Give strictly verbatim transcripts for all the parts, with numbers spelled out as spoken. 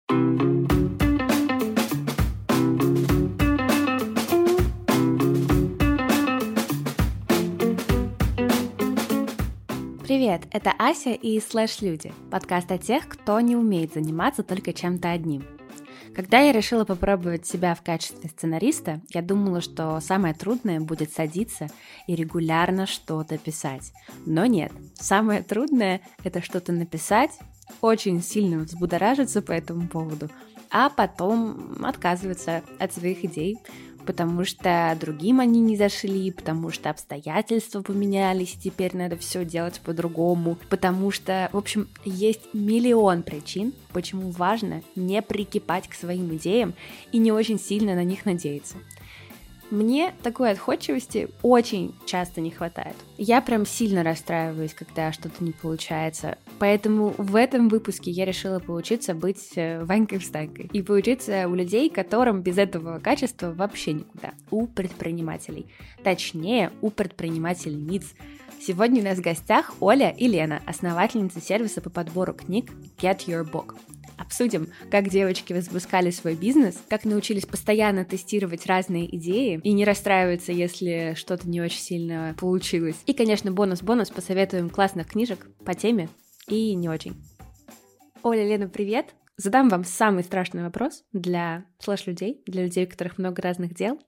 Привет, это Ася и Слэш Люди, подкаст о тех, кто не умеет заниматься только чем-то одним. Когда я решила попробовать себя в качестве сценариста, я думала, что самое трудное будет садиться и регулярно что-то писать. Но нет, самое трудное — это что-то написать, очень сильно взбудоражиться по этому поводу, а потом отказываться от своих идей, потому что другим они не зашли, потому что обстоятельства поменялись, и теперь надо все делать по-другому, потому что, в общем, есть миллион причин, почему важно не прикипать к своим идеям и не очень сильно на них надеяться. Мне такой отходчивости очень часто не хватает. Я прям сильно расстраиваюсь, когда что-то не получается. Поэтому в этом выпуске я решила поучиться быть Ванькой-встанькой и поучиться у людей, которым без этого качества вообще никуда. У предпринимателей. Точнее, у предпринимательниц. Сегодня у нас в гостях Оля и Лена, основательницы сервиса по подбору книг Get Your Book. Обсудим, как девочки запускали свой бизнес, как научились постоянно тестировать разные идеи и не расстраиваться, если что-то не очень сильно получилось. И, конечно, бонус-бонус, посоветуем классных книжек по теме и не очень. Оля, Лена, привет! Задам вам самый страшный вопрос для слэш-людей, для людей, у которых много разных дел.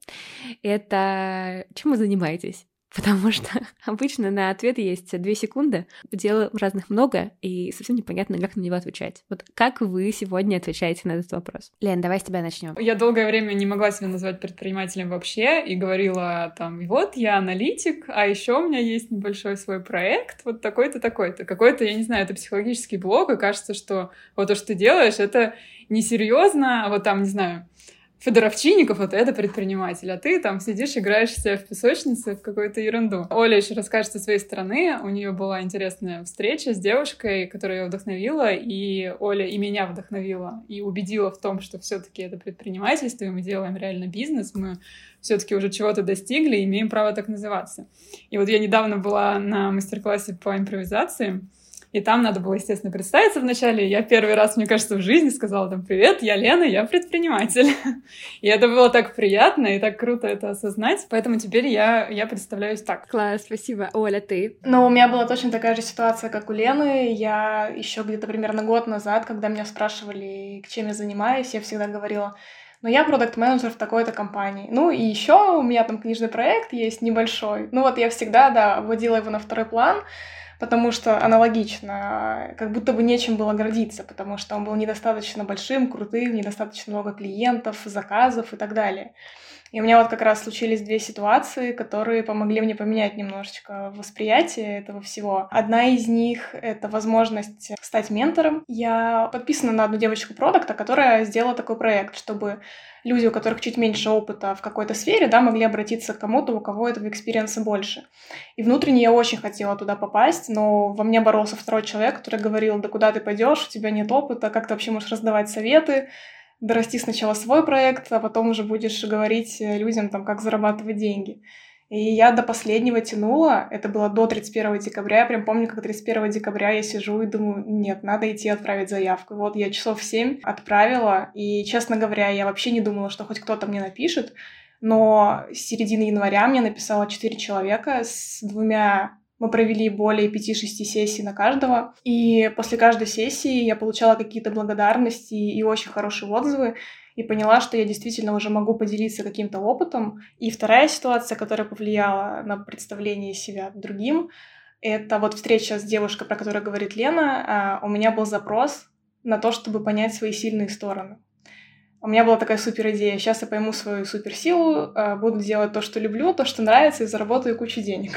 Это чем вы занимаетесь? Потому что обычно на ответ есть две секунды, дел разных много, и совсем непонятно, как на него отвечать. Вот как вы сегодня отвечаете на этот вопрос? Лен, давай с тебя начнем. Я долгое время не могла себя назвать предпринимателем вообще, и говорила там, вот, я аналитик, а еще у меня есть небольшой свой проект, вот такой-то, такой-то. Какой-то, я не знаю, это психологический блок, и кажется, что вот то, что ты делаешь, это несерьезно, а вот там, не знаю, Федор Овчинников, вот это предприниматель, а ты там сидишь, играешь себя в песочнице в какую-то ерунду. Оля еще расскажет со своей стороны. У нее была интересная встреча с девушкой, которая ее вдохновила, и Оля и меня вдохновила, и убедила в том, что все-таки это предпринимательство, и мы делаем реально бизнес, мы все-таки уже чего-то достигли и имеем право так называться. И вот я недавно была на мастер-классе по импровизации, и там надо было, естественно, представиться вначале. Я первый раз, мне кажется, в жизни сказала там: «Привет, я Лена, я предприниматель». И это было так приятно и так круто это осознать. Поэтому теперь я, я представляюсь так. Класс, спасибо. Оля, ты? Ну, у меня была точно такая же ситуация, как у Лены. Я еще где-то примерно год назад, когда меня спрашивали, чем я занимаюсь, я всегда говорила: но я продакт-менеджер в такой-то компании. Ну, и еще у меня там книжный проект есть небольшой. Ну, вот я всегда, да, вводила его на второй план, потому что аналогично, как будто бы нечем было гордиться, потому что он был недостаточно большим, крутым, недостаточно много клиентов, заказов и так далее. И у меня вот как раз случились две ситуации, которые помогли мне поменять немножечко восприятие этого всего. Одна из них — это возможность стать ментором. Я подписана на одну девочку продакта, которая сделала такой проект, чтобы люди, у которых чуть меньше опыта в какой-то сфере, да, могли обратиться к кому-то, у кого этого экспириенса больше. И внутренне я очень хотела туда попасть, но во мне боролся второй человек, который говорил: да куда ты пойдешь, у тебя нет опыта, как ты вообще можешь раздавать советы, дорасти сначала свой проект, а потом уже будешь говорить людям, там, как зарабатывать деньги. И я до последнего тянула, это было до тридцать первого декабря, я прям помню, как тридцать первого декабря я сижу и думаю: нет, надо идти отправить заявку. Вот я часов в семь отправила, и, честно говоря, я вообще не думала, что хоть кто-то мне напишет, но с середины января мне написало четыре человека, с двумя мы провели более пяти-шести сессий на каждого, и после каждой сессии я получала какие-то благодарности и очень хорошие отзывы, и поняла, что я действительно уже могу поделиться каким-то опытом. И вторая ситуация, которая повлияла на представление себя другим, это вот встреча с девушкой, про которую говорит Лена. У меня был запрос на то, чтобы понять свои сильные стороны. У меня была такая супер идея: сейчас я пойму свою суперсилу, буду делать то, что люблю, то, что нравится, и заработаю кучу денег.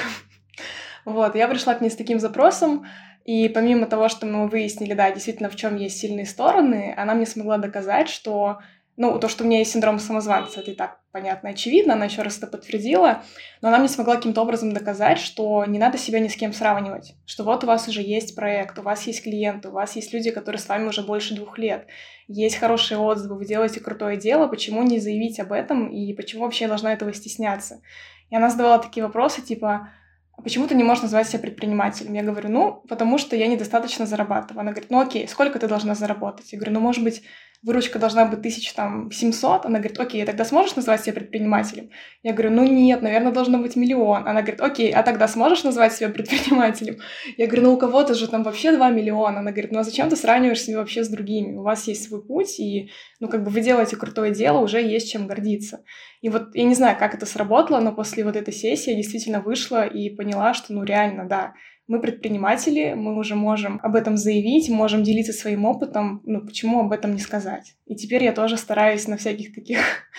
Вот, я пришла к ней с таким запросом, и помимо того, что мы выяснили, да, действительно, в чем есть сильные стороны, она мне смогла доказать, что, ну, то, что у меня есть синдром самозванца, это и так понятно, очевидно, она еще раз это подтвердила, но она мне смогла каким-то образом доказать, что не надо себя ни с кем сравнивать, что вот у вас уже есть проект, у вас есть клиенты, у вас есть люди, которые с вами уже больше двух лет, есть хорошие отзывы, вы делаете крутое дело, почему не заявить об этом, и почему вообще я должна этого стесняться? И она задавала такие вопросы, типа: а почему ты не можешь назвать себя предпринимателем? Я говорю: ну, потому что я недостаточно зарабатываю. Она говорит: ну окей, сколько ты должна заработать? Я говорю: ну, может быть, выручка должна быть тысяча там семьсот. Она говорит, окей, тогда сможешь назвать себя предпринимателем? Я говорю, ну нет, наверное, должно быть миллион. Она говорит, окей, а тогда сможешь назвать себя предпринимателем? Я говорю, ну у кого-то же там вообще два миллиона. Она говорит, ну а зачем ты сравниваешь себя вообще с другими? У вас есть свой путь, и ну как бы вы делаете крутое дело, уже есть чем гордиться. И вот я не знаю, как это сработало, но после вот этой сессии я действительно вышла и поняла, что ну реально, да, мы предприниматели, мы уже можем об этом заявить, можем делиться своим опытом, ну почему об этом не сказать? И теперь я тоже стараюсь на всяких таких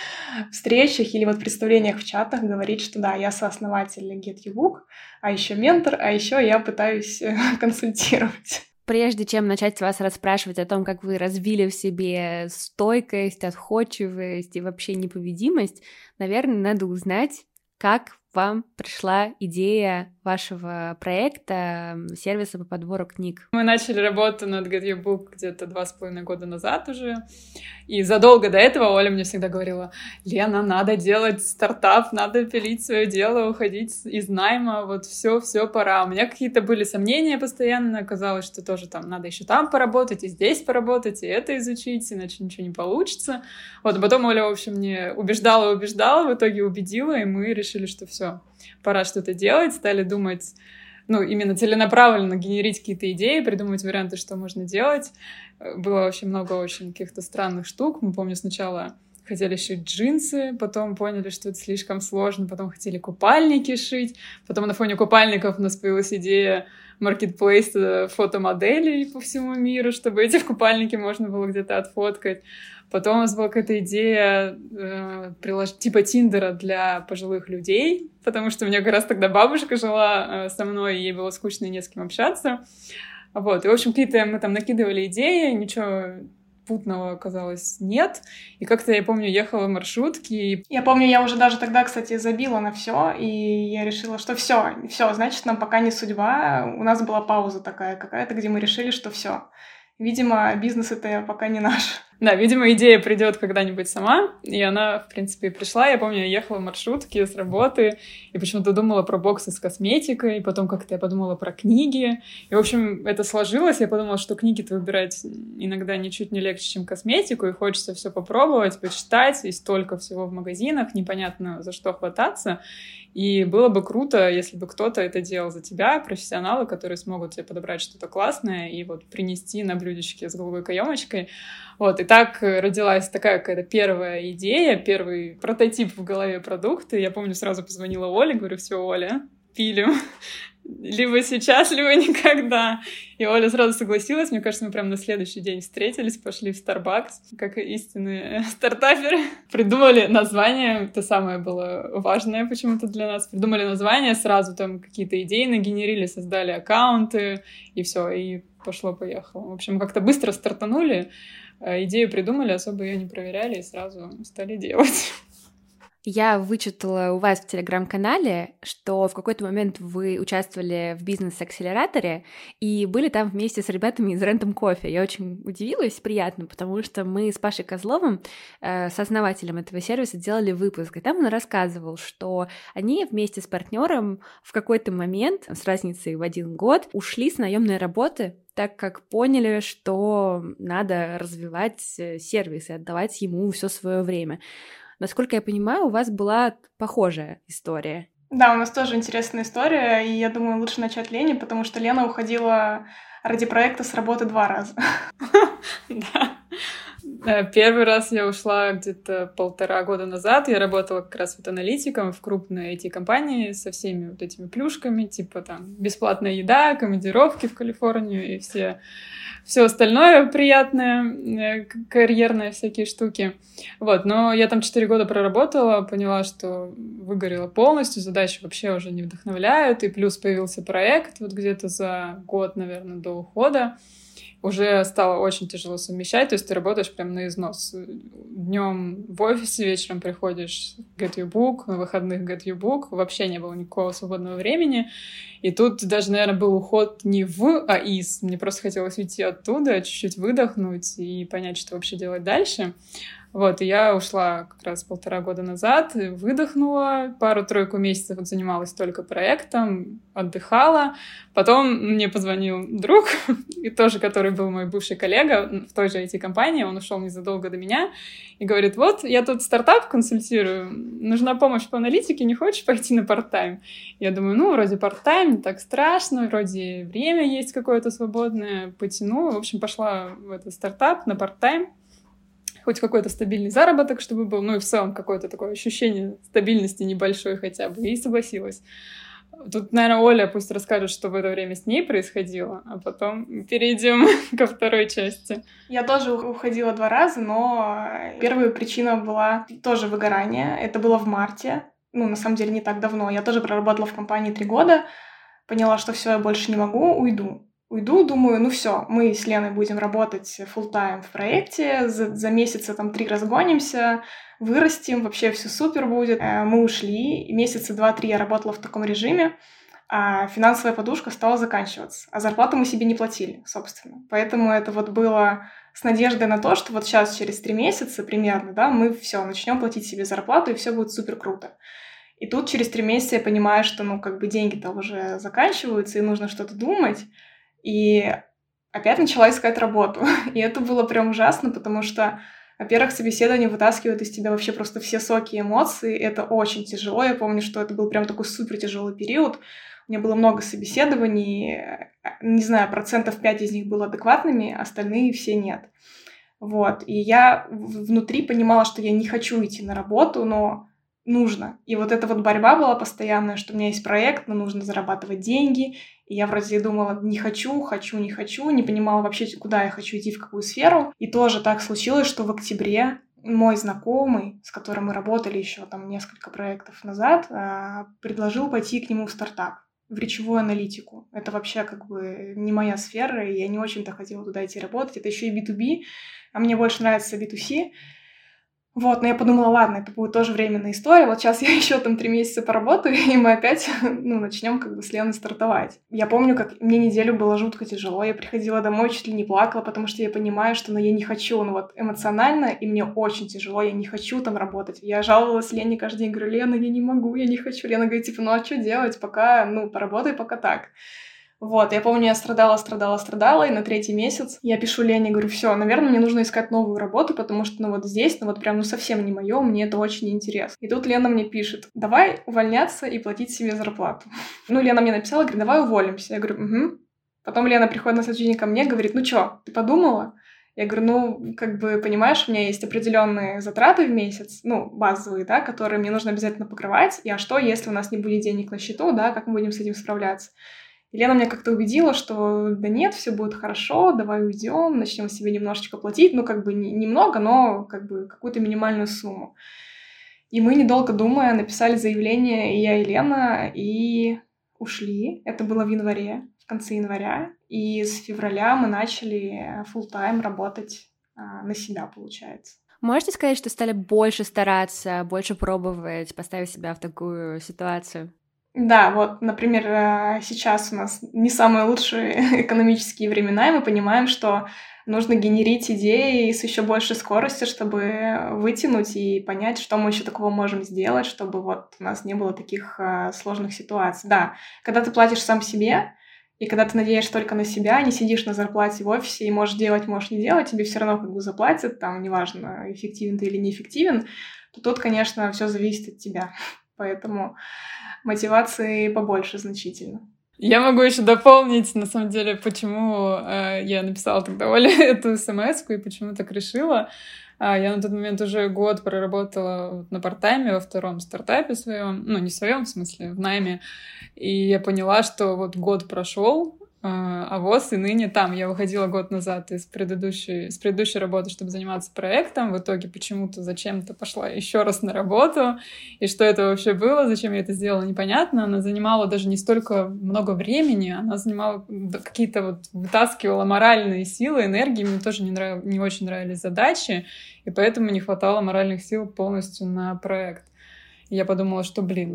встречах или вот представлениях в чатах говорить, что да, я сооснователь GetYouBook, а еще ментор, а еще я пытаюсь консультировать. Прежде чем начать вас расспрашивать о том, как вы развили в себе стойкость, отходчивость и вообще непобедимость, наверное, надо узнать, как вам пришла идея вашего проекта, сервиса по подбору книг? Мы начали работу над GetYouBook где-то два с половиной года назад уже. И задолго до этого Оля мне всегда говорила: Лена, надо делать стартап, надо пилить свое дело, уходить из найма, вот все, все пора. У меня какие-то были сомнения постоянно, казалось, что тоже там надо еще там поработать, и здесь поработать, и это изучить, иначе ничего не получится. Вот, а потом Оля, в общем, мне убеждала, убеждала, в итоге убедила, и мы решили, что все, пора что-то делать, стали думать, ну, именно целенаправленно генерить какие-то идеи, придумывать варианты, что можно делать. Было вообще много очень каких-то странных штук. Мы, помню, сначала хотели шить джинсы, потом поняли, что это слишком сложно, потом хотели купальники шить, потом на фоне купальников у нас появилась идея маркетплейса фотомоделей по всему миру, чтобы эти купальники можно было где-то отфоткать. Потом у нас была какая-то идея э, прилож... типа Тиндера для пожилых людей, потому что у меня как раз тогда бабушка жила э, со мной, и ей было скучно и не с кем общаться. Вот. И, в общем, какие-то мы там накидывали идеи, ничего путного оказалось нет. И как-то, я помню, ехала в маршрутке. И... Я помню, я уже даже тогда, кстати, забила на все, и я решила, что все, все, значит, нам пока не судьба. У нас была пауза такая какая-то, где мы решили, что все. Видимо, бизнес это пока не наш. Да, видимо, идея придет когда-нибудь сама, и она, в принципе, пришла. Я помню, я ехала в маршрутке с работы, и почему-то думала про боксы с косметикой, потом как-то я подумала про книги. И, в общем, это сложилось. Я подумала, что книги-то выбирать иногда ничуть не легче, чем косметику, и хочется все попробовать, почитать, и столько всего в магазинах, непонятно за что хвататься. И было бы круто, если бы кто-то это делал за тебя, профессионалы, которые смогут тебе подобрать что-то классное и вот принести на блюдечке с голубой каемочкой. Вот, и так родилась такая какая-то первая идея, первый прототип в голове продукта. Я помню, сразу позвонила Оле, говорю: все, Оля, пилим. Либо сейчас, либо никогда. И Оля сразу согласилась. Мне кажется, мы прям на следующий день встретились, пошли в Starbucks, как истинные стартаперы. Придумали название, это самое было важное почему-то для нас. Придумали название, сразу там какие-то идеи нагенерили, создали аккаунты, и все, и пошло-поехало. В общем, как-то быстро стартанули, идею придумали, особо ее не проверяли, и сразу стали делать. Я вычитала у вас в Телеграм-канале, что в какой-то момент вы участвовали в бизнес-акселераторе и были там вместе с ребятами из Random Coffee. Я очень удивилась, приятно, потому что мы с Пашей Козловым, э, сооснователем этого сервиса, делали выпуск, и там он рассказывал, что они вместе с партнером в какой-то момент, с разницей в один год, ушли с наемной работы, так как поняли, что надо развивать сервис и отдавать ему все свое время. Насколько я понимаю, у вас была похожая история. Да, у нас тоже интересная история, и я думаю, лучше начать Лене, потому что Лена уходила ради проекта с работы два раза. Да. Первый раз я ушла где-то полтора года назад. Я работала как раз вот аналитиком в крупной ай ти-компании со всеми вот этими плюшками, типа там бесплатная еда, командировки в Калифорнию и все, все остальное приятное, карьерные всякие штуки. Вот, но я там четыре года проработала, поняла, что выгорела полностью, задачи вообще уже не вдохновляют, и плюс появился проект вот где-то за год, наверное, до ухода. Уже стало очень тяжело совмещать, то есть ты работаешь прям на износ. Днем в офисе, вечером приходишь в GetYouBook, на выходных GetYouBook, вообще не было никакого свободного времени. И тут даже, наверное, был уход не в, а из. Мне просто хотелось уйти оттуда, чуть-чуть выдохнуть и понять, что вообще делать дальше. Вот, и я ушла как раз полтора года назад, выдохнула, пару-тройку месяцев вот занималась только проектом, отдыхала. Потом мне позвонил друг, и тоже, который был мой бывший коллега в той же ай ти-компании, он ушел незадолго до меня, и говорит: вот, я тут стартап консультирую, нужна помощь по аналитике, не хочешь пойти на парт-тайм? Я думаю, ну, вроде парт-тайм, не так страшно, вроде время есть какое-то свободное, потяну. В общем, пошла в этот стартап на парт-тайм. Хоть какой-то стабильный заработок, чтобы был, ну и в целом какое-то такое ощущение стабильности небольшой хотя бы, и согласилась. Тут, наверное, Оля пусть расскажет, что в это время с ней происходило, а потом перейдем ко второй части. Я тоже уходила два раза, но первая причина была тоже выгорание. Это было в марте, ну, на самом деле, не так давно. Я тоже проработала в компании три года, поняла, что все, я больше не могу, уйду. Уйду, думаю, ну все, мы с Леной будем работать full-time в проекте, за, за месяца там три разгонимся, вырастем, вообще все супер будет. Мы ушли, месяца два-три я работала в таком режиме, а финансовая подушка стала заканчиваться, а зарплату мы себе не платили, собственно. Поэтому это вот было с надеждой на то, что вот сейчас через три месяца примерно, да, мы все, начнем платить себе зарплату, и все будет супер круто. И тут через три месяца я понимаю, что, ну, как бы деньги-то уже заканчиваются, и нужно что-то думать. И опять начала искать работу. И это было прям ужасно, потому что, во-первых, собеседование вытаскивает из тебя вообще просто все соки и эмоции. Это очень тяжело. Я помню, что это был прям такой супер тяжелый период. У меня было много собеседований. Не знаю, процентов пять из них было адекватными, остальные все нет. Вот. И я внутри понимала, что я не хочу идти на работу, но нужно. И вот эта вот борьба была постоянная, что у меня есть проект, но нужно зарабатывать деньги. И я вроде думала, не хочу, хочу, не хочу, не понимала вообще, куда я хочу идти, в какую сферу. И тоже так случилось, что в октябре мой знакомый, с которым мы работали еще там несколько проектов назад, предложил пойти к нему в стартап, в речевую аналитику. Это вообще как бы не моя сфера, и я не очень-то хотела туда идти работать. Это еще и би ту би, а мне больше нравится би ту си. Вот, но я подумала, ладно, это будет тоже временная история, вот сейчас я еще там три месяца поработаю, и мы опять, ну, начнем как бы с Леной стартовать. Я помню, как мне неделю было жутко тяжело, я приходила домой, чуть ли не плакала, потому что я понимаю, что, ну, я не хочу, ну, вот, эмоционально, и мне очень тяжело, я не хочу там работать. Я жаловалась Лене каждый день, говорю, Лена, я не могу, я не хочу. Лена говорит, типа, ну, а что делать, пока, ну, поработай пока так. Вот, я помню, я страдала, страдала, страдала, и на третий месяц я пишу Лене, говорю, все, наверное, мне нужно искать новую работу, потому что, ну, вот здесь, ну, вот прям, ну, совсем не мое, мне это очень интересно. И тут Лена мне пишет, давай увольняться и платить себе зарплату. Ну, Лена мне написала, говорит, давай уволимся. Я говорю, угу. Потом Лена приходит на следующий день ко мне, говорит, ну, чё, ты подумала? Я говорю, ну, как бы, понимаешь, у меня есть определенные затраты в месяц, ну, базовые, да, которые мне нужно обязательно покрывать, и а что, если у нас не будет денег на счету, да, как мы будем с этим справляться? И Лена меня как-то убедила, что да нет, все будет хорошо, давай уйдем, начнем себе немножечко платить, ну, как бы не, немного, но как бы какую-то минимальную сумму. И мы, недолго думая, написали заявление, и я, и Лена, и ушли. Это было в январе, в конце января. И с февраля мы начали full-time работать а, на себя, получается. Можете сказать, что стали больше стараться, больше пробовать, поставить себя в такую ситуацию? Да, вот, например, сейчас у нас не самые лучшие экономические времена, и мы понимаем, что нужно генерить идеи с еще большей скоростью, чтобы вытянуть и понять, что мы еще такого можем сделать, чтобы вот у нас не было таких а, сложных ситуаций. Да, когда ты платишь сам себе, и когда ты надеешься только на себя, не сидишь на зарплате в офисе и можешь делать, можешь не делать, тебе все равно как бы заплатят, там, неважно, эффективен ты или неэффективен, то тут, конечно, все зависит от тебя. Поэтому мотивации побольше значительно. Я могу еще дополнить, на самом деле, почему э, я написала тогда Оле эту смс-ку и почему так решила. А, я на тот момент уже год проработала на парт-тайме во втором стартапе своем, ну, не в своем, в смысле, в найме, и я поняла, что вот год прошел, а ВОС и ныне там. Я выходила год назад из предыдущей, с предыдущей работы, чтобы заниматься проектом. В итоге почему-то зачем-то пошла еще раз на работу. И что это вообще было, зачем я это сделала, непонятно. Она занимала даже не столько много времени, она занимала какие-то вот, вытаскивала моральные силы, энергии. Мне тоже не, нрав... не очень нравились задачи, и поэтому не хватало моральных сил полностью на проект. И я подумала, что, блин,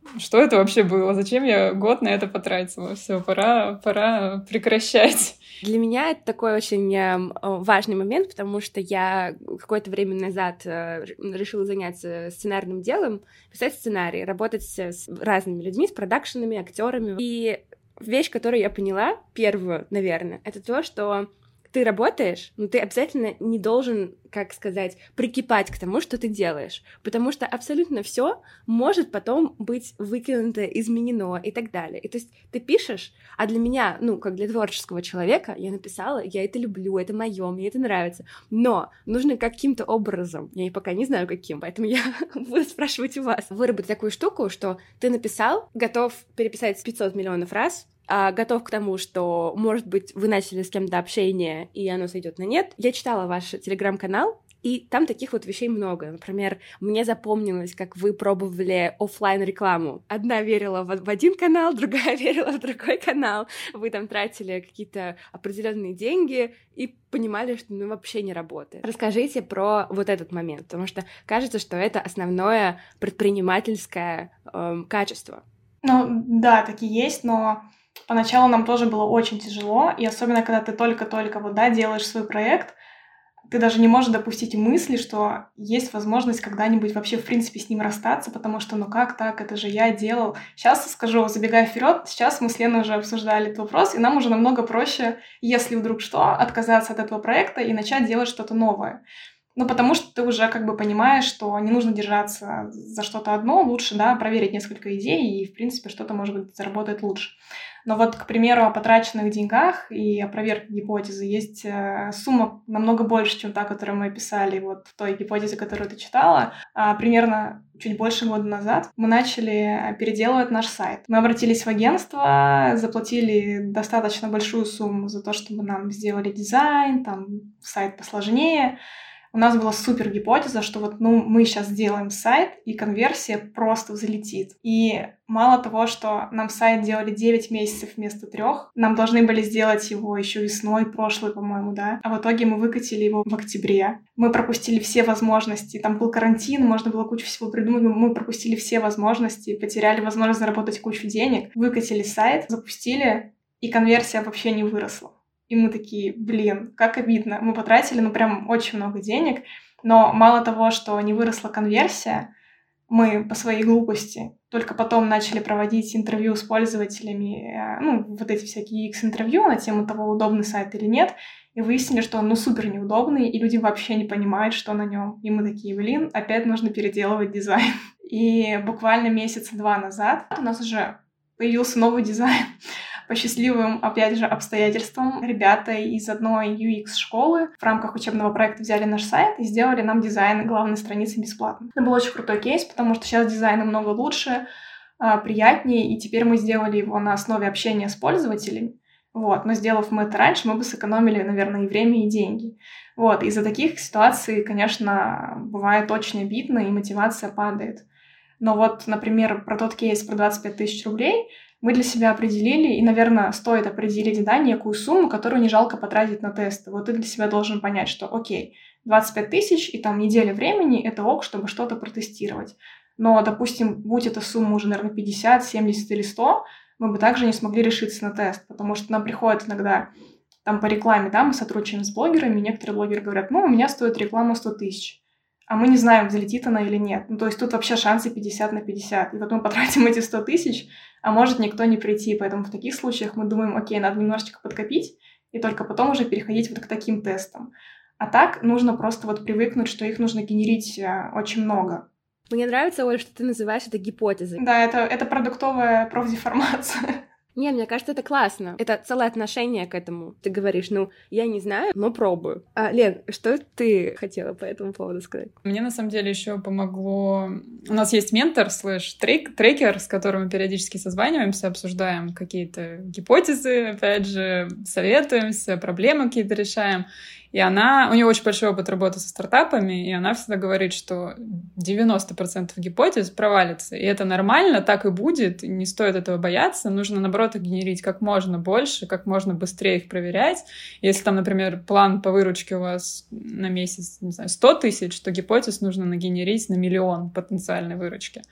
что это вообще было? Зачем я год на это потратила? Все, пора, пора прекращать. Для меня это такой очень важный момент, потому что я какое-то время назад решила заняться сценарным делом, писать сценарий, работать с разными людьми, с продакшенами, актерами. И вещь, которую я поняла, первую, наверное, это то, что ты работаешь, но ты обязательно не должен, как сказать, прикипать к тому, что ты делаешь, потому что абсолютно все может потом быть выкинуто, изменено и так далее. И то есть ты пишешь, а для меня, ну, как для творческого человека, я написала, я это люблю, это моё, мне это нравится, но нужно каким-то образом, я пока не знаю каким, поэтому я буду спрашивать у вас, выработать такую штуку, что ты написал, готов переписать пятьсот миллионов раз, а, готов к тому, что, может быть, вы начали с кем-то общение, и оно сойдет на нет. Я читала ваш телеграм-канал, и там таких вот вещей много. Например, мне запомнилось, как вы пробовали офлайн рекламу. Одна верила в, в один канал, другая верила в другой канал. Вы там тратили какие-то определенные деньги и понимали, что ну вообще не работает. Расскажите про вот этот момент, потому что кажется, что это основное предпринимательское эм, качество. Ну да, такие есть, но поначалу нам тоже было очень тяжело, и особенно, когда ты только-только вот, да, делаешь свой проект, ты даже не можешь допустить мысли, что есть возможность когда-нибудь вообще, в принципе, с ним расстаться, потому что, ну как так, это же я делал. Сейчас скажу, забегая вперед, сейчас мы с Леной уже обсуждали этот вопрос, и нам уже намного проще, если вдруг что, отказаться от этого проекта и начать делать что-то новое. Ну, потому что ты уже как бы понимаешь, что не нужно держаться за что-то одно, лучше, да, проверить несколько идей, и, в принципе, что-то, может быть, заработает лучше. Но вот, к примеру, о потраченных деньгах и о проверке гипотезы есть э, сумма намного больше, чем та, которую мы описали вот в той гипотезе, которую ты читала. А, примерно чуть больше года назад мы начали переделывать наш сайт. Мы обратились в агентство, заплатили достаточно большую сумму за то, чтобы нам сделали дизайн, там, сайт посложнее. У нас была супер гипотеза, что вот, ну, мы сейчас сделаем сайт, и конверсия просто взлетит. И мало того, что нам сайт делали девять месяцев вместо трех, нам должны были сделать его еще весной, прошлой, по-моему, да. А в итоге мы выкатили его в октябре. Мы пропустили все возможности. Там был карантин, можно было кучу всего придумать. Мы пропустили все возможности, потеряли возможность заработать кучу денег. Выкатили сайт, запустили, и конверсия вообще не выросла. И мы такие, блин, как обидно. Мы потратили, ну, прям очень много денег, но мало того, что не выросла конверсия, мы по своей глупости только потом начали проводить интервью с пользователями, ну, вот эти всякие икс-интервью на тему того, удобный сайт или нет, и выяснили, что он, ну, супер неудобный, и люди вообще не понимают, что на нем. И мы такие, блин, опять нужно переделывать дизайн. И буквально месяца два назад у нас уже появился новый дизайн. По счастливым, опять же, обстоятельствам ребята из одной ю экс-школы в рамках учебного проекта взяли наш сайт и сделали нам дизайн главной страницы бесплатно. Это был очень крутой кейс, потому что сейчас дизайн намного лучше, приятнее, и теперь мы сделали его на основе общения с пользователями. Вот. Но сделав мы это раньше, мы бы сэкономили, наверное, и время, и деньги. Вот. Из-за таких ситуаций, конечно, бывает очень обидно, и мотивация падает. Но вот, например, про тот кейс про двадцать пять тысяч рублей мы для себя определили, и, наверное, стоит определить, да, некую сумму, которую не жалко потратить на тесты. Вот ты для себя должен понять, что, окей, двадцать пять тысяч и там неделя времени — это ок, чтобы что-то протестировать. Но, допустим, будь эта сумма уже, наверное, пятьдесят, семьдесят или сто, мы бы также не смогли решиться на тест, потому что нам приходит иногда там по рекламе, да, мы сотрудничаем с блогерами, и некоторые блогеры говорят, ну, у меня стоит реклама сто тысяч. А мы не знаем, взлетит она или нет. Ну, то есть тут вообще шансы пятьдесят на пятьдесят. И вот мы потратим эти сто тысяч, а может никто не прийти. Поэтому в таких случаях мы думаем, окей, надо немножечко подкопить, и только потом уже переходить вот к таким тестам. А так нужно просто вот привыкнуть, что их нужно генерить очень много. Мне нравится, Оля, что ты называешь это гипотезой. Да, это, это продуктовая профдеформация. Не, мне кажется, это классно. Это целое отношение к этому. Ты говоришь, ну, я не знаю, но пробую. А, Лен, что ты хотела по этому поводу сказать? Мне, на самом деле, еще помогло... У нас есть ментор, слэш трек, трекер, с которым мы периодически созваниваемся, обсуждаем какие-то гипотезы, опять же, советуемся, проблемы какие-то решаем. И она... У нее очень большой опыт работы со стартапами, и она всегда говорит, что девяносто процентов гипотез провалится. И это нормально, так и будет, и не стоит этого бояться. Нужно, наоборот, их генерить как можно больше, как можно быстрее их проверять. Если там, например, план по выручке у вас на месяц, не знаю, сто тысяч, то гипотез нужно нагенерить на миллион потенциальной выручки.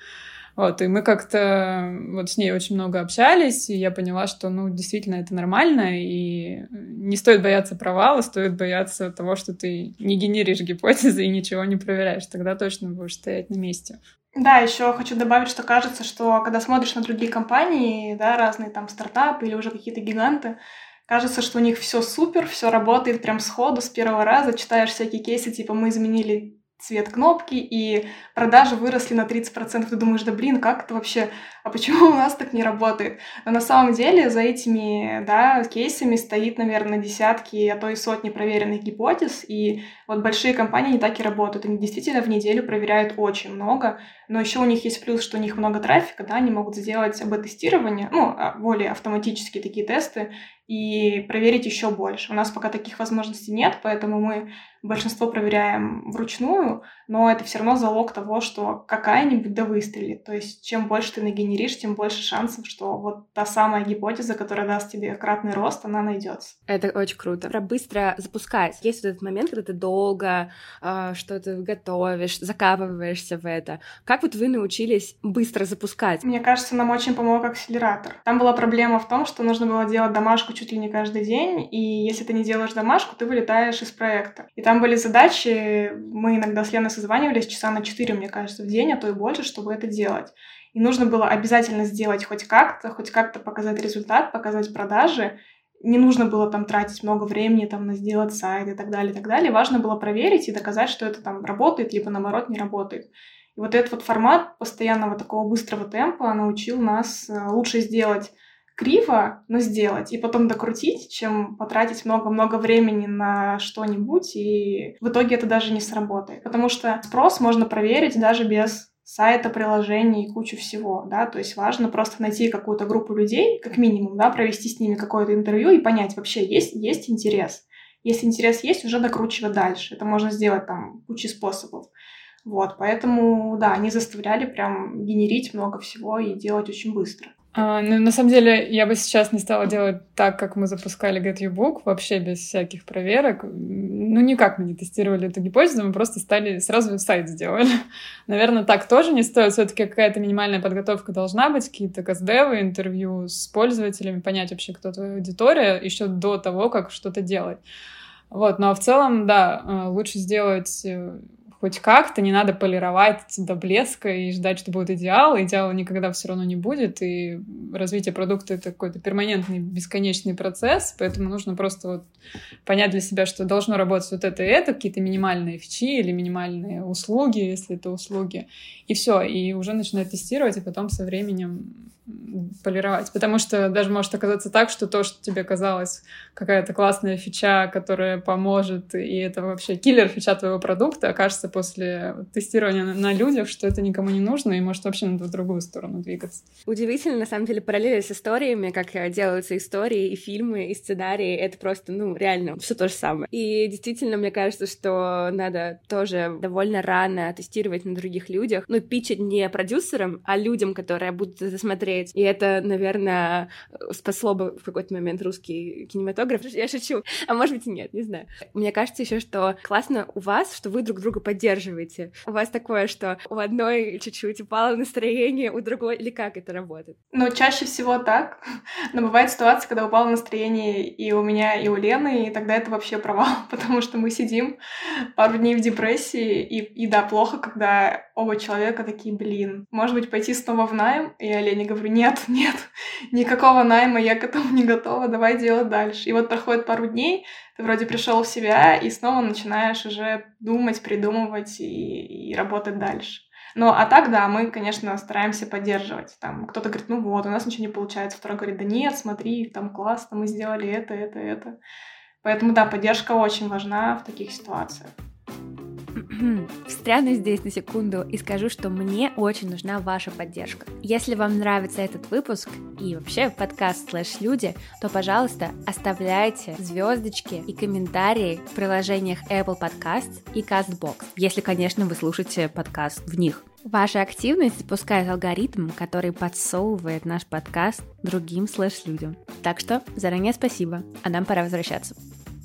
Вот, и мы как-то вот с ней очень много общались, и я поняла, что, ну, действительно, это нормально, и не стоит бояться провала, стоит бояться того, что ты не генеришь гипотезы и ничего не проверяешь, тогда точно будешь стоять на месте. Да, еще хочу добавить, что кажется, что когда смотришь на другие компании, да, разные там стартапы или уже какие-то гиганты, кажется, что у них все супер, все работает прям сходу, с первого раза, читаешь всякие кейсы, типа мы изменили цвет кнопки, и продажи выросли на тридцать процентов. Ты думаешь, да блин, как это вообще? А почему у нас так не работает? Но на самом деле за этими, да, кейсами стоит, наверное, десятки, а то и сотни проверенных гипотез, и вот большие компании не так и работают. Они действительно в неделю проверяют очень много, но еще у них есть плюс, что у них много трафика, да, они могут сделать эй би-тестирование, ну, более автоматические такие тесты, и проверить еще больше. У нас пока таких возможностей нет, поэтому мы большинство проверяем вручную, но это все равно залог того, что какая-нибудь да выстрелит. То есть чем больше ты нагенеришь, тем больше шансов, что вот та самая гипотеза, которая даст тебе кратный рост, она найдется. Это очень круто. Про быстро запускать. Есть вот этот момент, когда ты долго э, что-то готовишь, закапываешься в это. Как вот вы научились быстро запускать? Мне кажется, нам очень помог акселератор. Там была проблема в том, что нужно было делать домашку чуть ли не каждый день, и если ты не делаешь домашку, ты вылетаешь из проекта. И там были задачи, мы иногда с Леной созванивались часа на четыре, мне кажется, в день, а то и больше, чтобы это делать. И нужно было обязательно сделать хоть как-то, хоть как-то показать результат, показать продажи. Не нужно было там тратить много времени там, на сделать сайт и так далее, и так далее. Важно было проверить и доказать, что это там работает, либо наоборот не работает. И вот этот вот формат постоянного такого быстрого темпа научил нас лучше сделать криво, но сделать, и потом докрутить, чем потратить много-много времени на что-нибудь, и в итоге это даже не сработает. Потому что спрос можно проверить даже без сайта, приложений и кучу всего, да, то есть важно просто найти какую-то группу людей, как минимум, да, провести с ними какое-то интервью и понять, вообще есть, есть интерес. Если интерес есть, уже докручивать дальше. Это можно сделать там кучей способов. Вот, поэтому, да, они заставляли прям генерить много всего и делать очень быстро. А, ну, на самом деле, я бы сейчас не стала делать так, как мы запускали Get You Book, вообще без всяких проверок. Ну, никак мы не тестировали эту гипотезу, мы просто стали, сразу сайт сделали. Наверное, так тоже не стоит. Все-таки какая-то минимальная подготовка должна быть, какие-то каздевы, интервью с пользователями, понять вообще, кто твоя аудитория, еще до того, как что-то делать. Вот, но в целом, да, лучше сделать хоть как-то, не надо полировать до блеска и ждать, что будет идеал. Идеала никогда все равно не будет, и развитие продукта — это какой-то перманентный, бесконечный процесс, поэтому нужно просто вот понять для себя, что должно работать вот это и это, какие-то минимальные фичи или минимальные услуги, если это услуги, и все, и уже начинать тестировать, и потом со временем полировать. Потому что даже может оказаться так, что то, что тебе казалось какая-то классная фича, которая поможет, и это вообще киллер фича твоего продукта, окажется после тестирования на, на людях, что это никому не нужно, и может вообще надо в другую сторону двигаться. Удивительно, на самом деле, параллели с историями, как делаются истории и фильмы, и сценарии, это просто, ну, реально, все то же самое. И действительно, мне кажется, что надо тоже довольно рано тестировать на других людях, ну, питчить не продюсерам, а людям, которые будут это смотреть. И это, наверное, спасло бы в какой-то момент русский кинематограф. Я шучу. А может быть и нет, не знаю. Мне кажется еще, что классно у вас, что вы друг друга поддерживаете. У вас такое, что у одной чуть-чуть упало настроение, у другой... Или как это работает? Ну, чаще всего так. Но бывает ситуация, когда упало настроение и у меня, и у Лены, и тогда это вообще провал, потому что мы сидим пару дней в депрессии, и, и да, плохо, когда оба человека такие, блин, может быть, пойти снова в найм? И я Лене говорю, нет, нет, никакого найма, я к этому не готова, давай делать дальше. И вот проходит пару дней, ты вроде пришел в себя, и снова начинаешь уже думать, придумывать и, и работать дальше. Ну, а так, да, мы, конечно, стараемся поддерживать. Там кто-то говорит, ну вот, у нас ничего не получается. Второй говорит, да нет, смотри, там классно, мы сделали это, это, это. Поэтому, да, поддержка очень важна в таких ситуациях. Встряну здесь на секунду и скажу, что мне очень нужна ваша поддержка. Если вам нравится этот выпуск и вообще подкаст «Слэш Люди», то, пожалуйста, оставляйте звездочки и комментарии в приложениях Apple Podcasts и CastBox, если, конечно, вы слушаете подкаст в них. Ваша активность запускает алгоритм, который подсовывает наш подкаст другим слэш-людям. Так что заранее спасибо, а нам пора возвращаться.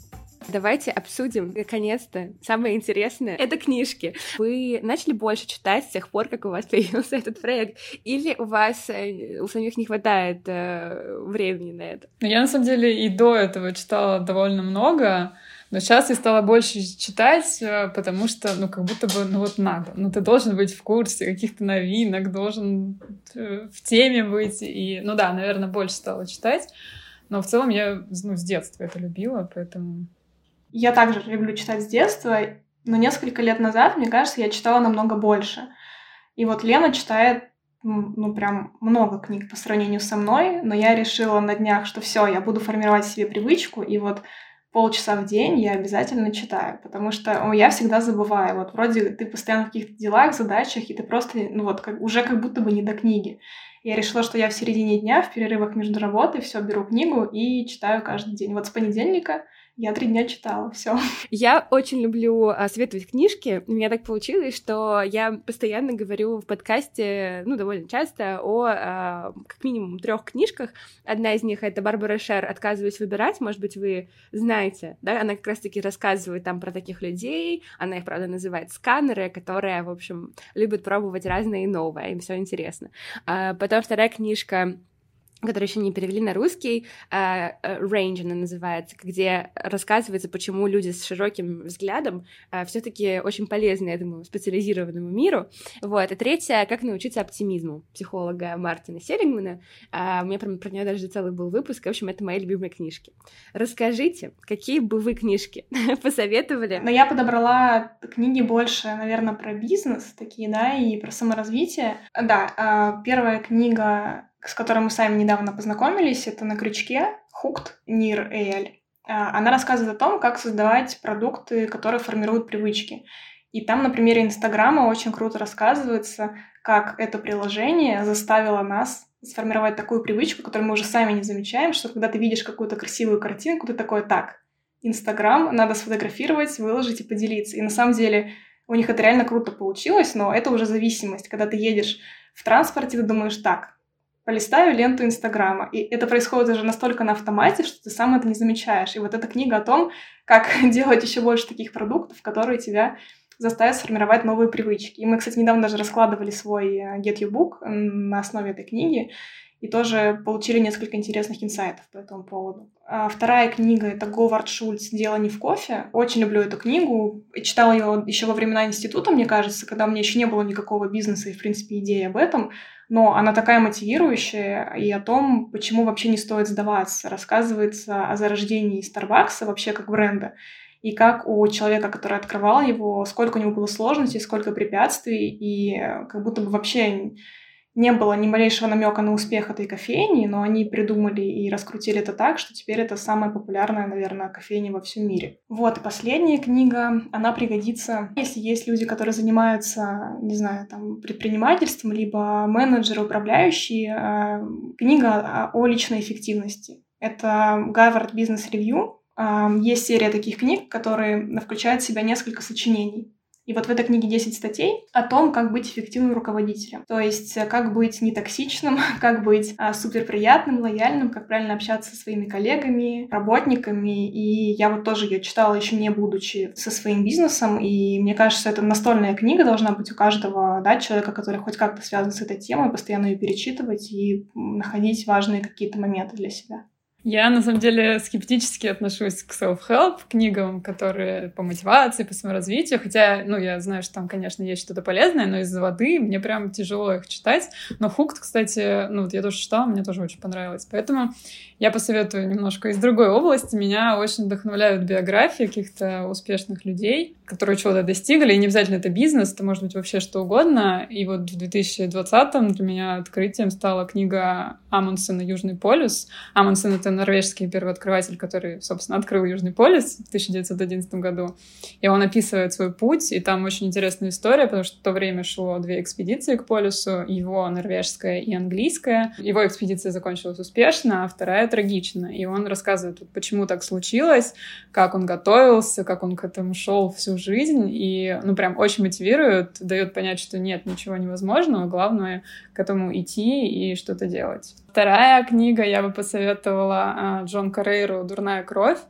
Давайте обсудим, наконец-то, самое интересное — это книжки. Вы начали больше читать с тех пор, как у вас появился этот проект? Или у вас у самих не хватает э, времени на это? Я, на самом деле, и до этого читала довольно много, но сейчас я стала больше читать, потому что, ну, как будто бы, ну, вот надо. Ну, ты должен быть в курсе каких-то новинок, должен в теме быть. И, ну да, наверное, больше стала читать. Но в целом я, ну, с детства это любила, поэтому... Я также люблю читать с детства, но несколько лет назад, мне кажется, я читала намного больше. И вот Лена читает, ну, прям много книг по сравнению со мной, но я решила на днях, что все, я буду формировать себе привычку, и вот полчаса в день я обязательно читаю, потому что о, я всегда забываю. Вот вроде ты постоянно в каких-то делах, задачах, и ты просто, ну вот, как, уже как будто бы не до книги. Я решила, что я в середине дня, в перерывах между работой, все беру книгу и читаю каждый день. Вот с понедельника я три дня читала, все. Я очень люблю а, советовать книжки. У меня так получилось, что я постоянно говорю в подкасте, ну, довольно часто, о а, как минимум трех книжках. Одна из них — это Барбара Шер «Отказываюсь выбирать». Может быть, вы знаете, да? Она как раз-таки рассказывает там про таких людей. Она их, правда, называет сканеры, которые, в общем, любят пробовать разное и новое. Им все интересно. А, потом вторая книжка, которую еще не перевели на русский, uh, Range она называется, где рассказывается, почему люди с широким взглядом uh, все-таки очень полезны этому специализированному миру. Вот. И третья — «Как научиться оптимизму» психолога Мартина Селигмана. Uh, у меня про, про нее даже целый был выпуск. В общем, это мои любимые книжки. Расскажите, какие бы вы книжки посоветовали? Но я подобрала книги больше, наверное, про бизнес такие, да, и про саморазвитие. Да, первая книга, с которой мы сами недавно познакомились, это «На крючке», Hooked, Нир Эйль. Она рассказывает о том, как создавать продукты, которые формируют привычки. И там на примере Инстаграма очень круто рассказывается, как это приложение заставило нас сформировать такую привычку, которую мы уже сами не замечаем, что когда ты видишь какую-то красивую картинку, ты такой: так, Инстаграм надо сфотографировать, выложить и поделиться. И на самом деле у них это реально круто получилось, но это уже зависимость. Когда ты едешь в транспорте, ты думаешь: так, полистаю ленту Инстаграма. И это происходит уже настолько на автомате, что ты сам это не замечаешь. И вот эта книга о том, как делать еще больше таких продуктов, которые тебя заставят сформировать новые привычки. И мы, кстати, недавно даже раскладывали свой Get You Book на основе этой книги и тоже получили несколько интересных инсайтов по этому поводу. А вторая книга — это Говард Шульц «Дело не в кофе». Очень люблю эту книгу. Читала ее еще во времена института, мне кажется, когда у меня еще не было никакого бизнеса и, в принципе, идеи об этом. Но она такая мотивирующая и о том, почему вообще не стоит сдаваться. Рассказывается о зарождении Старбакса вообще как бренда. И как у человека, который открывал его, сколько у него было сложностей, сколько препятствий, и как будто бы вообще не было ни малейшего намека на успех этой кофейни, но они придумали и раскрутили это так, что теперь это самая популярная, наверное, кофейня во всем мире. Вот, и последняя книга, она пригодится, если есть люди, которые занимаются, не знаю, там, предпринимательством, либо менеджеры, управляющие. Книга о личной эффективности. Это Harvard Business Review. Есть серия таких книг, которые включают в себя несколько сочинений. И вот в этой книге десять статей о том, как быть эффективным руководителем. То есть, как быть нетоксичным, как быть а, суперприятным, лояльным, как правильно общаться со своими коллегами, работниками. И я вот тоже ее читала, еще не будучи со своим бизнесом. И мне кажется, это настольная книга должна быть у каждого, да, человека, который хоть как-то связан с этой темой, постоянно ее перечитывать и находить важные какие-то моменты для себя. Я, на самом деле, скептически отношусь к self-help книгам, которые по мотивации, по саморазвитию, хотя, ну, я знаю, что там, конечно, есть что-то полезное, но из-за воды мне прям тяжело их читать. Но Hooked, кстати, ну, вот я тоже читала, мне тоже очень понравилось. Поэтому я посоветую немножко из другой области. Меня очень вдохновляют биографии каких-то успешных людей, которые чего-то достигли, и не обязательно это бизнес, это может быть вообще что угодно. И вот в две тысячи двадцатом для меня открытием стала книга Амундсена «Южный полюс». Амундсен — это норвежский первооткрыватель, который, собственно, открыл Южный полюс в тысяча девятьсот одиннадцатом году. И он описывает свой путь, и там очень интересная история, потому что в то время шло две экспедиции к полюсу, его норвежская и английская. Его экспедиция закончилась успешно, а вторая трагично. И он рассказывает, почему так случилось, как он готовился, как он к этому шел всю жизнь, и, ну, прям очень мотивирует, дает понять, что нет ничего невозможного, главное к этому идти и что-то делать. Вторая книга я бы посоветовала Джон Корейру «Дурная кровь».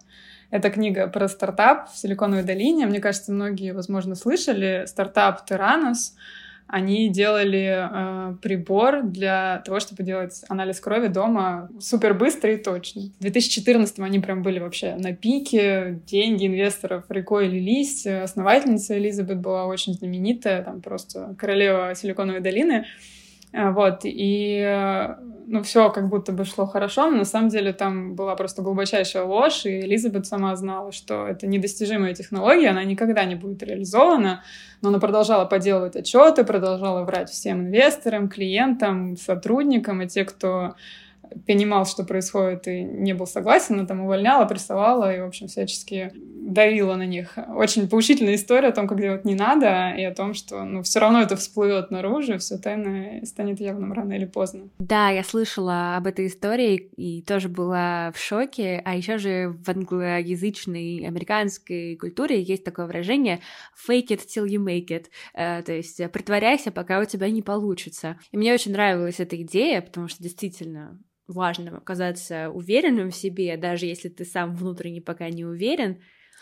Это книга про стартап в Силиконовой долине. Мне кажется, многие, возможно, слышали. Стартап Theranos. Они делали э, прибор для того, чтобы делать анализ крови дома супер быстро и точно. В две тысячи четырнадцатом они прям были вообще на пике, деньги инвесторов рекой лились. Основательница Элизабет была очень знаменитая, там просто королева Силиконовой долины. Вот, и, ну, все как будто бы шло хорошо, но на самом деле там была просто глубочайшая ложь, и Элизабет сама знала, что это недостижимая технология, она никогда не будет реализована, но она продолжала подделывать отчеты, продолжала врать всем инвесторам, клиентам, сотрудникам, и те, кто понимал, что происходит, и не был согласен, она там увольняла, прессовала и, в общем, всячески давила на них. Очень поучительная история о том, как делать не надо, и о том, что, ну, все равно это всплывет наружу, все тайное станет явным рано или поздно. Да, я слышала об этой истории и тоже была в шоке. А еще же в англоязычной американской культуре есть такое выражение «fake it till you make it», э, то есть притворяйся, пока у тебя не получится. И мне очень нравилась эта идея, потому что действительно важно оказаться уверенным в себе, даже если ты сам внутренне пока не уверен.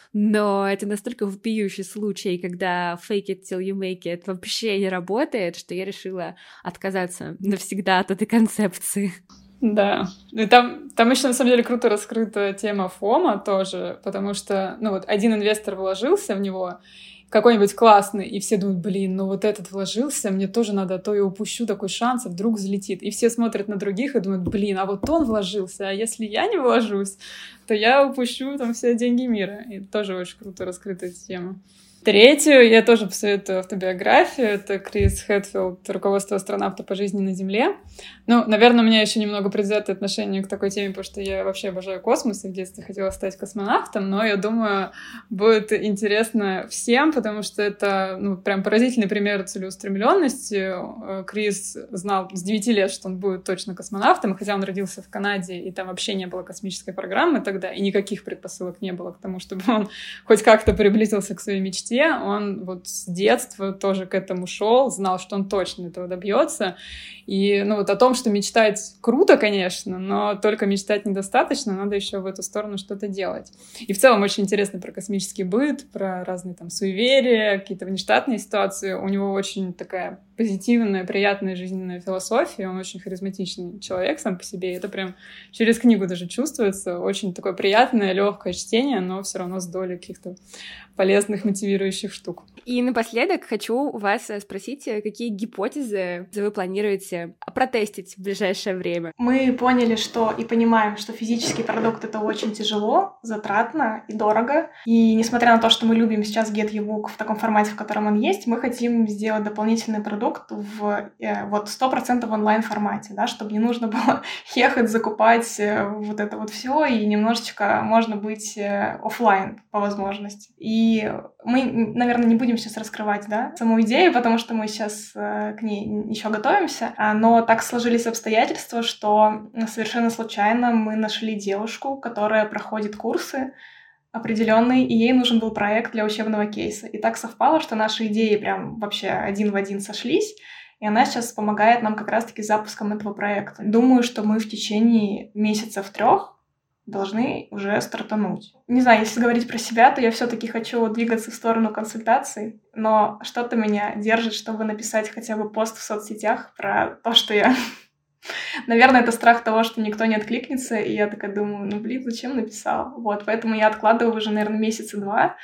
Но это настолько вопиющий случай, когда fake it till you make it вообще не работает, что я решила отказаться навсегда от этой концепции. Да, и там, там еще на самом деле круто раскрыта тема фома тоже, потому что, ну вот, один инвестор вложился в него, какой-нибудь классный, и все думают, блин, ну вот этот вложился, мне тоже надо, а то я упущу такой шанс, а вдруг взлетит. И все смотрят на других и думают, блин, а вот он вложился, а если я не вложусь, то я упущу там все деньги мира. И тоже очень круто раскрыта эта тема. Третью я тоже посоветую автобиографию. Это Крис Хэтфилд «Руководство астронавта по жизни на Земле». Ну, наверное, у меня еще немного предвзятое отношение к такой теме, потому что я вообще обожаю космос и в детстве хотела стать космонавтом, но я думаю, будет интересно всем, потому что это, ну, прям поразительный пример целеустремленности. Крис знал с девяти лет, что он будет точно космонавтом, хотя он родился в Канаде, и там вообще не было космической программы тогда, и никаких предпосылок не было к тому, чтобы он хоть как-то приблизился к своей мечте. Он вот с детства тоже к этому шел, знал, что он точно этого добьется. И, ну, вот о том, что мечтать круто, конечно, но только мечтать недостаточно, надо еще в эту сторону что-то делать. И в целом очень интересно про космический быт, про разные там суеверия, какие-то внештатные ситуации. У него очень такая позитивная, приятная жизненная философия, он очень харизматичный человек сам по себе, и это прям через книгу даже чувствуется. Очень такое приятное, легкое чтение, но все равно с долей каких-то полезных, мотивирующих штук. И напоследок хочу у вас спросить, какие гипотезы вы планируете протестить в ближайшее время? Мы поняли, что и понимаем, что физический продукт — это очень тяжело, затратно и дорого. И несмотря на то, что мы любим сейчас Get ebook в таком формате, в котором он есть, мы хотим сделать дополнительный продукт в э, вот сто процентов онлайн-формате, да, чтобы не нужно было ехать, закупать э, вот это вот все, и немножечко можно быть э, офлайн по возможности. И мы, наверное, не будем сейчас раскрывать, да, саму идею, потому что мы сейчас э, к ней еще готовимся, но так сложились обстоятельства, что совершенно случайно мы нашли девушку, которая проходит курсы определенные, и ей нужен был проект для учебного кейса. И так совпало, что наши идеи прям вообще один в один сошлись, и она сейчас помогает нам как раз-таки с запуском этого проекта. Думаю, что мы в течение месяцев трех должны уже стартануть. Не знаю, если говорить про себя, то я все-таки хочу двигаться в сторону консультаций, но что-то меня держит, чтобы написать хотя бы пост в соцсетях про то, что я... Наверное, это страх того, что никто не откликнется, и я такая думаю, ну, блин, зачем написал? Вот, поэтому я откладываю уже, наверное, месяца два.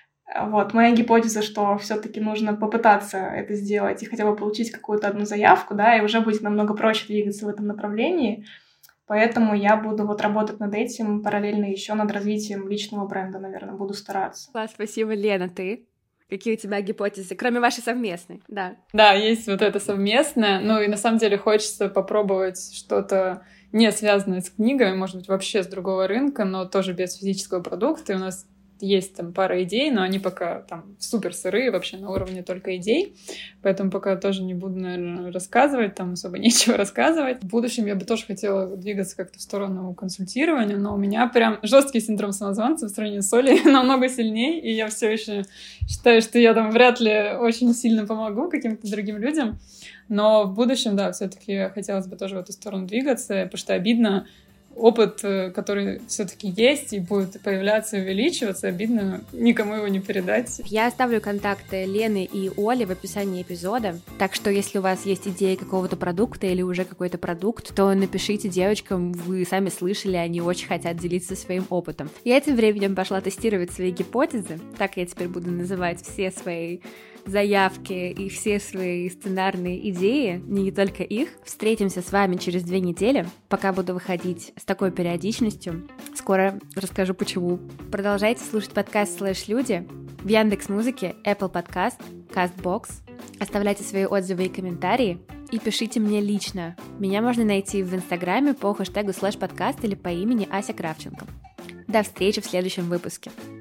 Вот, моя гипотеза, что все-таки нужно попытаться это сделать и хотя бы получить какую-то одну заявку, да, и уже будет намного проще двигаться в этом направлении. Поэтому я буду вот работать над этим, параллельно еще над развитием личного бренда, наверное, буду стараться. Класс, спасибо. Лена, ты? Какие у тебя гипотезы, кроме вашей совместной? Да. Да, есть вот это совместное. Ну и на самом деле хочется попробовать что-то не связанное с книгами, может быть, вообще с другого рынка, но тоже без физического продукта. И у нас есть там пара идей, но они пока там супер сырые, вообще на уровне только идей. Поэтому пока тоже не буду, наверное, рассказывать, там особо нечего рассказывать. В будущем я бы тоже хотела двигаться как-то в сторону консультирования, но у меня прям жесткий синдром самозванца в сравнении с Олей намного сильнее, и я все еще считаю, что я там вряд ли очень сильно помогу каким-то другим людям. Но в будущем, да, все-таки хотелось бы тоже в эту сторону двигаться, потому что обидно опыт, который все-таки есть и будет появляться и увеличиваться, обидно никому его не передать. Я оставлю контакты Лены и Оли в описании эпизода, так что если у вас есть идея какого-то продукта или уже какой-то продукт, то напишите девочкам, вы сами слышали, они очень хотят делиться своим опытом. Я тем временем пошла тестировать свои гипотезы, так я теперь буду называть все свои заявки и все свои сценарные идеи, не только их. Встретимся с вами через две недели, пока буду выходить с такой периодичностью. Скоро расскажу почему. Продолжайте слушать подкаст «Слэш Люди» в Яндекс.Музыке, Apple Podcast, Castbox. Оставляйте свои отзывы и комментарии и пишите мне лично. Меня можно найти в Инстаграме по хэштегу слэш подкаст или по имени Ася Кравченко. До встречи в следующем выпуске.